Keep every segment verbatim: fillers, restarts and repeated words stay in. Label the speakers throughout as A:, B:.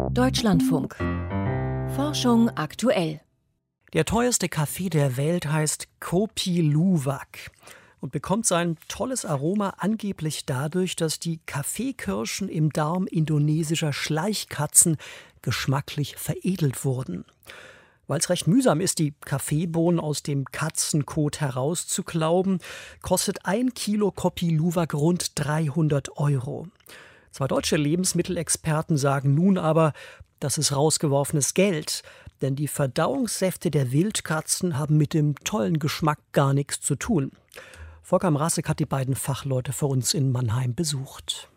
A: Deutschlandfunk. Forschung aktuell.
B: Der teuerste Kaffee der Welt heißt Kopi Luwak und bekommt sein tolles Aroma angeblich dadurch, dass die Kaffeekirschen im Darm indonesischer Schleichkatzen geschmacklich veredelt wurden. Weil es recht mühsam ist, die Kaffeebohnen aus dem Katzenkot herauszuklauben, kostet ein Kilo Kopi Luwak rund dreihundert Euro. Zwei deutsche Lebensmittelexperten sagen nun aber, das ist rausgeworfenes Geld, denn die Verdauungssäfte der Wildkatzen haben mit dem tollen Geschmack gar nichts zu tun. Volker Mrazek hat die beiden Fachleute für uns in Mannheim besucht.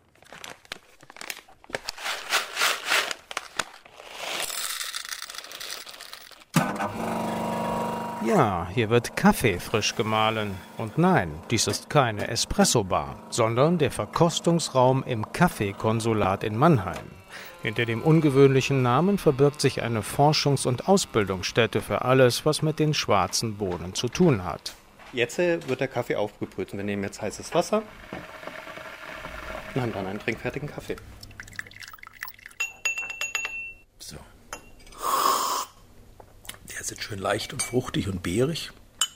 C: Ja, hier wird Kaffee frisch gemahlen. Und nein, dies ist keine Espresso-Bar, sondern der Verkostungsraum im Kaffeekonsulat in Mannheim. Hinter dem ungewöhnlichen Namen verbirgt sich eine Forschungs- und Ausbildungsstätte für alles, was mit den schwarzen Bohnen zu tun hat.
D: Jetzt wird der Kaffee aufgebrüht. Wir nehmen jetzt heißes Wasser und haben dann einen trinkfertigen Kaffee.
E: So. Der ist jetzt schön leicht und fruchtig und beerig.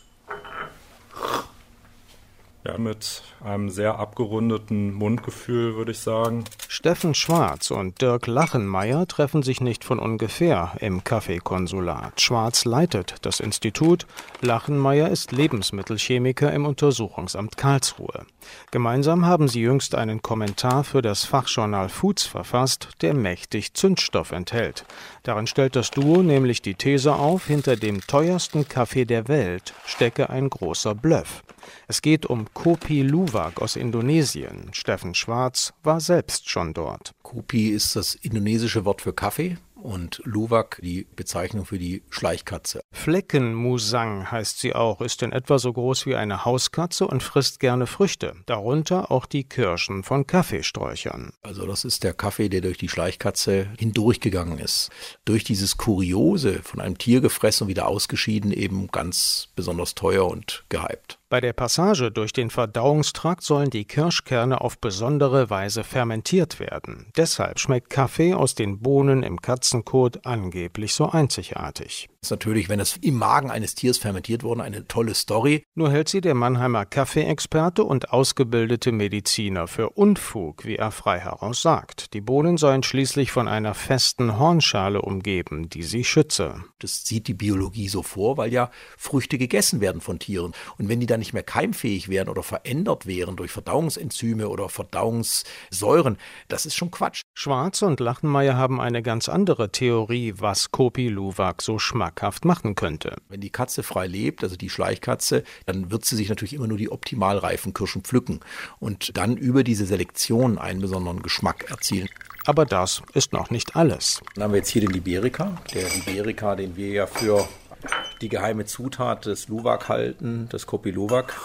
F: Ja, mit einem sehr abgerundeten Mundgefühl, würde ich sagen.
C: Steffen Schwarz und Dirk Lachenmeier treffen sich nicht von ungefähr im Kaffeekonsulat. Schwarz leitet das Institut, Lachenmeier ist Lebensmittelchemiker im Untersuchungsamt Karlsruhe. Gemeinsam haben sie jüngst einen Kommentar für das Fachjournal Foods verfasst, der mächtig Zündstoff enthält. Darin stellt das Duo nämlich die These auf, hinter dem teuersten Kaffee der Welt stecke ein großer Bluff. Es geht um Kopi Luwak aus Indonesien. Steffen Schwarz war selbst schon dort.
E: Kopi ist das indonesische Wort für Kaffee und Luwak die Bezeichnung für die Schleichkatze.
C: Fleckenmusang heißt sie auch, ist in etwa so groß wie eine Hauskatze und frisst gerne Früchte, darunter auch die Kirschen von Kaffeesträuchern.
E: Also das ist der Kaffee, der durch die Schleichkatze hindurchgegangen ist. Durch dieses Kuriose, von einem Tier gefressen und wieder ausgeschieden, eben ganz besonders teuer und gehypt.
C: Bei der Passage durch den Verdauungstrakt sollen die Kirschkerne auf besondere Weise fermentiert werden. Deshalb schmeckt Kaffee aus den Bohnen im Katzenkot angeblich so einzigartig.
E: Das ist natürlich, wenn es im Magen eines Tiers fermentiert wurde, eine tolle Story.
C: Nur hält sie der Mannheimer Kaffeeexperte und ausgebildete Mediziner für Unfug, wie er frei heraus sagt. Die Bohnen sollen schließlich von einer festen Hornschale umgeben, die sie schütze.
E: Das sieht die Biologie so vor, weil ja Früchte gegessen werden von Tieren. Und wenn die dann nicht mehr keimfähig wären oder verändert wären durch Verdauungsenzyme oder Verdauungssäuren, das ist schon Quatsch.
C: Schwarz und Lachenmeier haben eine ganz andere Theorie, was Kopi Luwak so schmackhaft machen könnte.
E: Wenn die Katze frei lebt, also die Schleichkatze, dann wird sie sich natürlich immer nur die optimal reifen Kirschen pflücken und dann über diese Selektion einen besonderen Geschmack erzielen.
C: Aber das ist noch nicht alles.
E: Dann haben wir jetzt hier den Liberica. Der Liberica, den wir ja für die geheime Zutat des Luwak halten, des Kopi Luwak.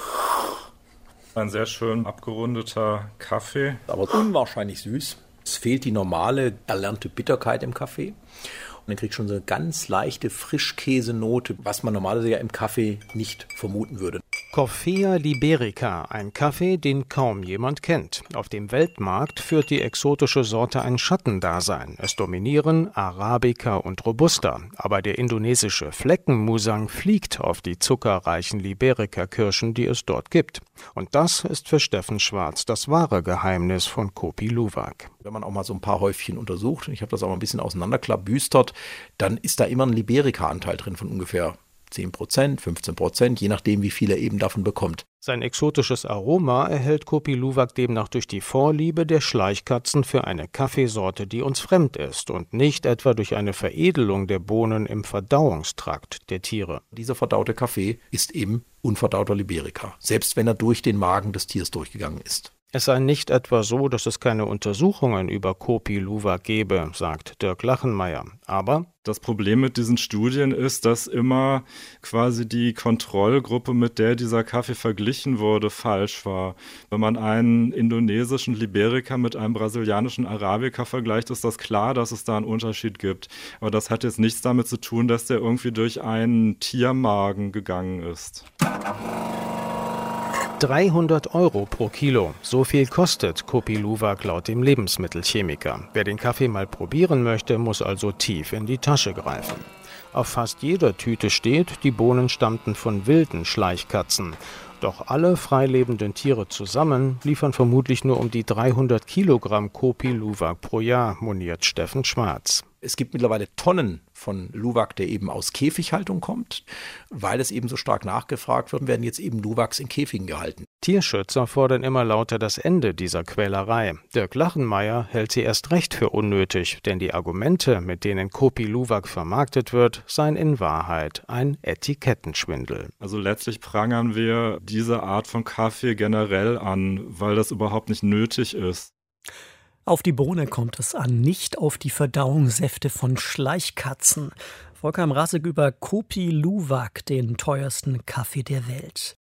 F: Ein sehr schön abgerundeter Kaffee.
E: Aber unwahrscheinlich süß. Es fehlt die normale, erlernte Bitterkeit im Kaffee. Und dann kriegt schon so eine ganz leichte Frischkäsenote, was man normalerweise ja im Kaffee nicht vermuten würde.
C: Coffea liberica, ein Kaffee, den kaum jemand kennt. Auf dem Weltmarkt führt die exotische Sorte ein Schattendasein. Es dominieren Arabica und Robusta. Aber der indonesische Fleckenmusang fliegt auf die zuckerreichen Liberica-Kirschen, die es dort gibt. Und das ist für Steffen Schwarz das wahre Geheimnis von Kopi Luwak.
E: Wenn man auch mal so ein paar Häufchen untersucht, und ich habe das auch mal ein bisschen auseinanderklabüstert, dann ist da immer ein Liberica-Anteil drin von ungefähr zehn Prozent, fünfzehn Prozent, je nachdem, wie viel er eben davon bekommt.
C: Sein exotisches Aroma erhält Kopi Luwak demnach durch die Vorliebe der Schleichkatzen für eine Kaffeesorte, die uns fremd ist und nicht etwa durch eine Veredelung der Bohnen im Verdauungstrakt der Tiere.
E: Dieser verdaute Kaffee ist eben unverdauter Liberica, selbst wenn er durch den Magen des Tiers durchgegangen ist.
C: Es sei nicht etwa so, dass es keine Untersuchungen über Kopi Luwak gebe, sagt Dirk Lachenmeier. Aber
F: das Problem mit diesen Studien ist, dass immer quasi die Kontrollgruppe, mit der dieser Kaffee verglichen wurde, falsch war. Wenn man einen indonesischen Liberica mit einem brasilianischen Arabica vergleicht, ist das klar, dass es da einen Unterschied gibt. Aber das hat jetzt nichts damit zu tun, dass der irgendwie durch einen Tiermagen gegangen ist.
C: dreihundert Euro pro Kilo. So viel kostet Kopi Luwak laut dem Lebensmittelchemiker. Wer den Kaffee mal probieren möchte, muss also tief in die Tasche greifen. Auf fast jeder Tüte steht, die Bohnen stammten von wilden Schleichkatzen. Doch alle freilebenden Tiere zusammen liefern vermutlich nur um die dreihundert Kilogramm Kopi Luwak pro Jahr, moniert Steffen Schwarz.
E: Es gibt mittlerweile Tonnen von Luwak, der eben aus Käfighaltung kommt. Weil es eben so stark nachgefragt wird, werden jetzt eben Luwaks in Käfigen gehalten.
C: Tierschützer fordern immer lauter das Ende dieser Quälerei. Dirk Lachenmeier hält sie erst recht für unnötig, denn die Argumente, mit denen Kopi Luwak vermarktet wird, seien in Wahrheit ein Etikettenschwindel.
F: Also letztlich prangern wir diese Art von Kaffee generell an, weil das überhaupt nicht nötig ist.
B: Auf die Bohne kommt es an, nicht auf die Verdauungssäfte von Schleichkatzen. Volker Mrazek über Kopi Luwak, den teuersten Kaffee der Welt.